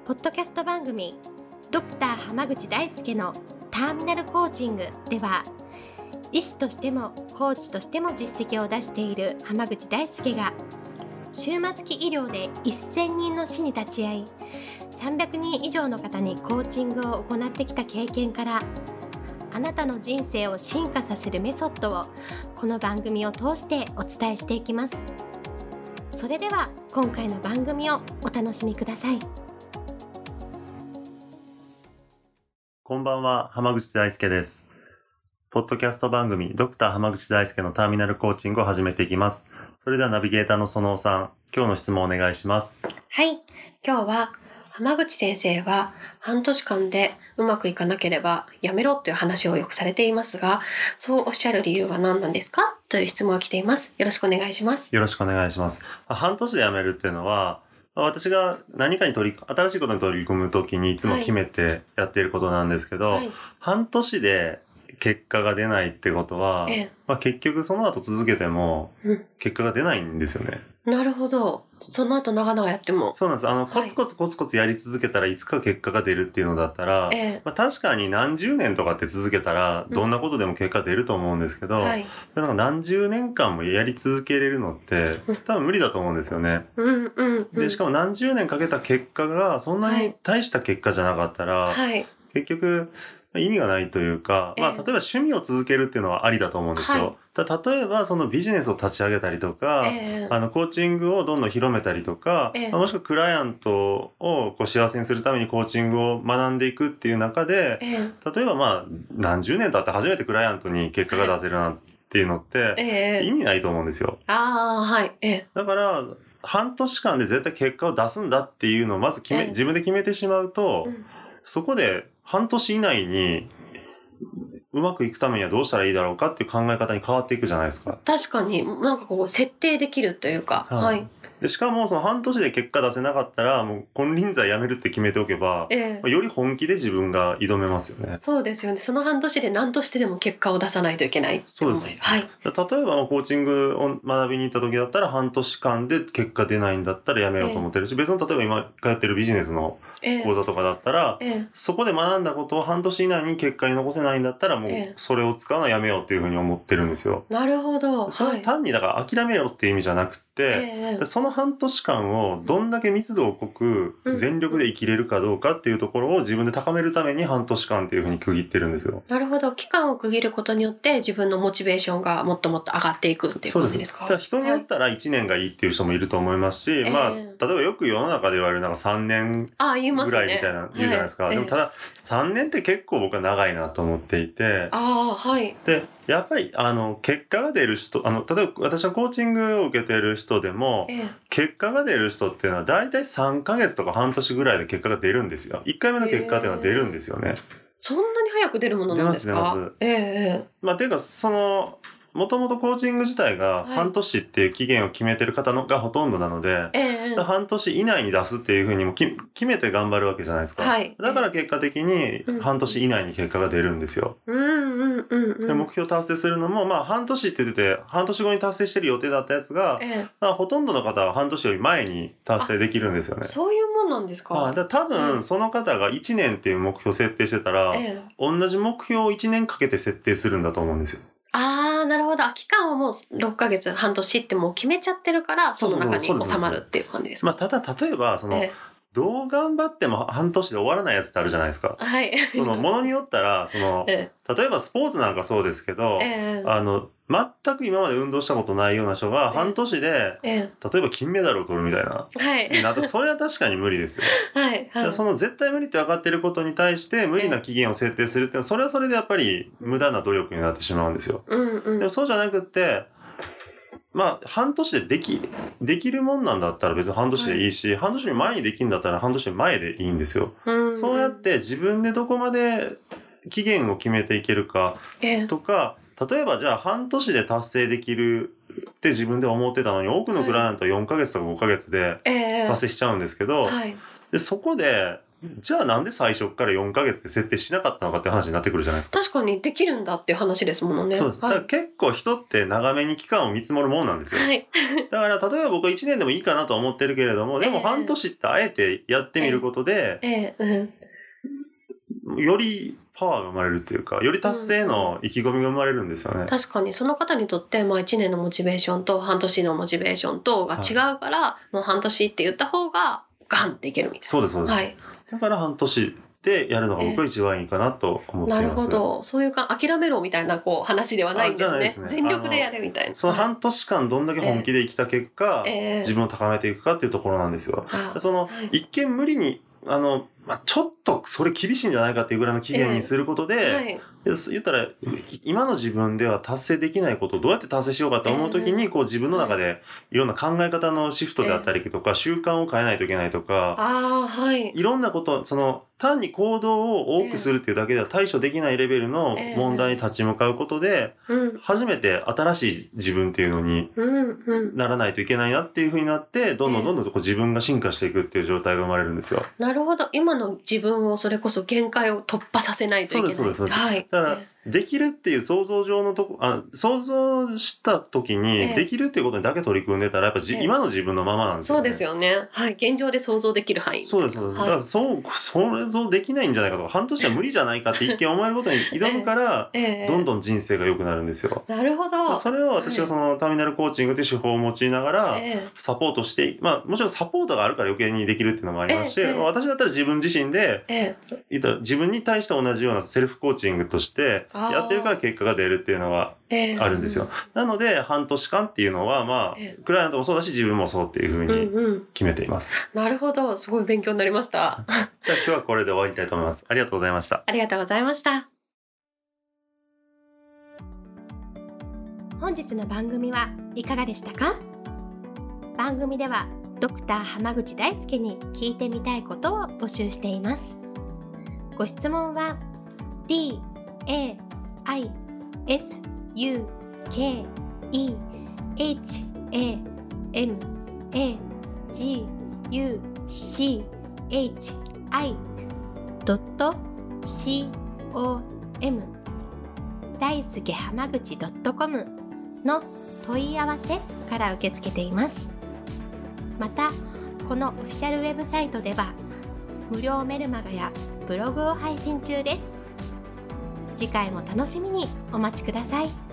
ポッドキャスト番組ドクター濱口大輔のターミナルコーチングでは、医師としてもコーチとしても実績を出している濱口大輔が終末期医療で1000人の死に立ち会い、300人以上の方にコーチングを行ってきた経験から、あなたの人生を進化させるメソッドをこの番組を通してお伝えしていきます。それでは今回の番組をお楽しみください。 こんばんは、濱口大輔です。ポッドキャスト番組ドクター濱口大輔のターミナルコーチングを始めていきます。それではナビゲーターの園尾さん、今日の質問をお願いします。 はい、今日は濱口先生は半年間でうまくいかなければやめろという話をよくされていますが、そうおっしゃる理由は何なんですかという質問が来ています。よろしくお願いします。 よろしくお願いします。半年でやめるっていうのは、私が何かに新しいことに取り組むときにいつも決めてやっていることなんですけど、半年で結果が出ないってことは、結局その後続けても結果が出ないんですよね。 なるほど。その後長々やっても。 そうなんです。コツコツやり続けたらいつか結果が出るっていうのだったら、確かに何十年とかって続けたらどんなことでも結果出ると思うんですけど、なんか何十年間もやり続けれるのって多分無理だと思うんですよね。で、しかも何十年かけた結果がそんなに大した結果じゃなかったら、結局意味がないというか、例えば趣味を続けるっていうのはありだと思うんですよ。例えばそのビジネスを立ち上げたりとか、コーチングをどんどん広めたりとか、もしくはクライアントをこう幸せにするためにコーチングを学んでいくっていう中で、例えば何十年経って初めてクライアントに結果が出せるなっていうのって意味ないと思うんですよ。だから半年間で絶対結果を出すんだっていうのをまず自分で決めてしまうと、そこで半年以内にうまくいくためにはどうしたらいいだろうかっていう考え方に変わっていくじゃないですか。 確かに、なんかこう設定できるというか。 でしかもその半年で結果出せなかったらもう金輪際やめるって決めておけば、より本気で自分が挑めますよね。 そうですよね。その半年で何としてでも結果を出さないといけないって思います。 例えばコーチングを学びに行った時だったら半年間で結果出ないんだったらやめようと思ってるし、別に例えば今通ってるビジネスの講座とかだったら、そこで学んだことを半年以内に結果に残せないんだったらもうそれを使うのはやめようっていうふうに思ってるんですよ。 なるほど。 それは単にだから諦めようっていう意味じゃなくて、その半年間をどんだけ密度を濃く全力で生きれるかどうかっていうところを自分で高めるために半年間っていうふうに区切ってるんですよ。 なるほど。期間を区切ることによって自分のモチベーションがもっともっと上がっていくっていう感じですか？ そうです。人によったら1年がいいっていう人もいると思いますし、例えばよく世の中で言われるなんか3年ぐらいみたいな言うじゃないですか。でもただ3年って結構僕は長いなと思っていて、でやっぱり結果が出る人、例えば私はコーチングを受けている人でも、結果が出る人っていうのは大体3ヶ月とか半年ぐらいで結果が出るんですよ。1回目の結果っていうのは出るんですよね。 そんなに早く出るものなんですか？ 出ます。ていうかもともとコーチング自体が半年っていう期限を決めてる方がほとんどなので、半年以内に出すっていうふうにも決めて頑張るわけじゃないですか。だから結果的に半年以内に結果が出るんですよ。で目標達成するのも、半年って言ってて、半年後に達成してる予定だったやつが、ほとんどの方は半年より前に達成できるんですよね。 そういうもんなんですか？ だ多分その方が1年っていう目標設定してたら、同じ目標を1年かけて設定するんだと思うんですよ。 なるほど。期間をもう6ヶ月、半年ってもう決めちゃってるから、その中に収まるっていう感じですか？ ただ、例えば、どう頑張っても半年で終わらないやつってあるじゃないですか。ものによったら、例えばスポーツなんかそうですけど、全く今まで運動したことないような人が半年で、例えば金メダルを取るみたいな。それは確かに無理ですよ。その絶対無理って分かってることに対して無理な期限を設定するっていうのは、それはそれでやっぱり無駄な努力になってしまうんですよ。でもそうじゃなくって、半年でできるもんなんだったら別に半年でいいし、半年より前にできるんだったら半年前でいいんですよ。そうやって自分でどこまで期限を決めていけるかとか、例えばじゃあ半年で達成できるって自分で思ってたのに、多くのクライアントは4ヶ月とか5ヶ月で達成しちゃうんですけど、でそこでじゃあなんで最初から4ヶ月で設定しなかったのかって話になってくるじゃないですか。 確かにできるんだっていう話ですものね。 そうです。だから結構人って長めに期間を見積もるもんなんですよ。はい、だから例えば僕は1年でもいいかなと思ってるけれども、でも半年ってあえてやってみることで、よりパワーが生まれるっていうか、より達成の意気込みが生まれるんですよね。 確かにその方にとって、1年のモチベーションと半年のモチベーションとが違うから、もう半年って言った方がガンっていけるみたいな。 そうですそうです。はい、だから半年でやるのが僕は一番いいかなと思っています。 なるほど。そういう諦めろみたいな話ではないんですね。全力でやれみたいな。 その半年間どんだけ本気で生きた結果、自分を高めていくかっていうところなんですよ。一見無理にちょっとそれ厳しいんじゃないかっていうぐらいの期限にすることで、言ったら、今の自分では達成できないことをどうやって達成しようかと思うときに、自分の中でいろんな考え方のシフトであったりとか、習慣を変えないといけないとか、いろんなこと、単に行動を多くするっていうだけでは対処できないレベルの問題に立ち向かうことで、初めて新しい自分っていうのにならないといけないなっていう風になって、どんどん自分が進化していくっていう状態が生まれるんですよ。 なるほど。今の自分をそれこそ限界を突破させないといけない。 そうです。はい。だから、できるっていう想像上の想像した時に、できるっていうことにだけ取り組んでたら、やっぱ今の自分のままなんですよね。 そうですよね。はい。現状で想像できる範囲。 そうです。だから想像できないんじゃないかとか、半年は無理じゃないかって一見思えることに挑むから、どんどん人生が良くなるんですよ。 なるほど。 それを私はターミナルコーチングという手法を用いながら、サポートして、もちろんサポートがあるから余計にできるっていうのもありますし、私だったら自分自身で、自分に対して同じようなセルフコーチングとして、やってるから結果が出るっていうのはあるんですよ。なので、半年間っていうのは、クライアントもそうだし、自分もそうっていうふうに決めています。 なるほど。すごい勉強になりました。 じゃあ今日はこれで終わりたいと思います。ありがとうございました。 ありがとうございました。本日の番組はいかがでしたか？番組ではドクター濱口大輔に聞いてみたいことを募集しています。ご質問は daisukehamagutchi.com 大輔濱口 .com の問い合わせから受け付けています。また、このオフィシャルウェブサイトでは無料メルマガやブログを配信中です。次回も楽しみにお待ちください。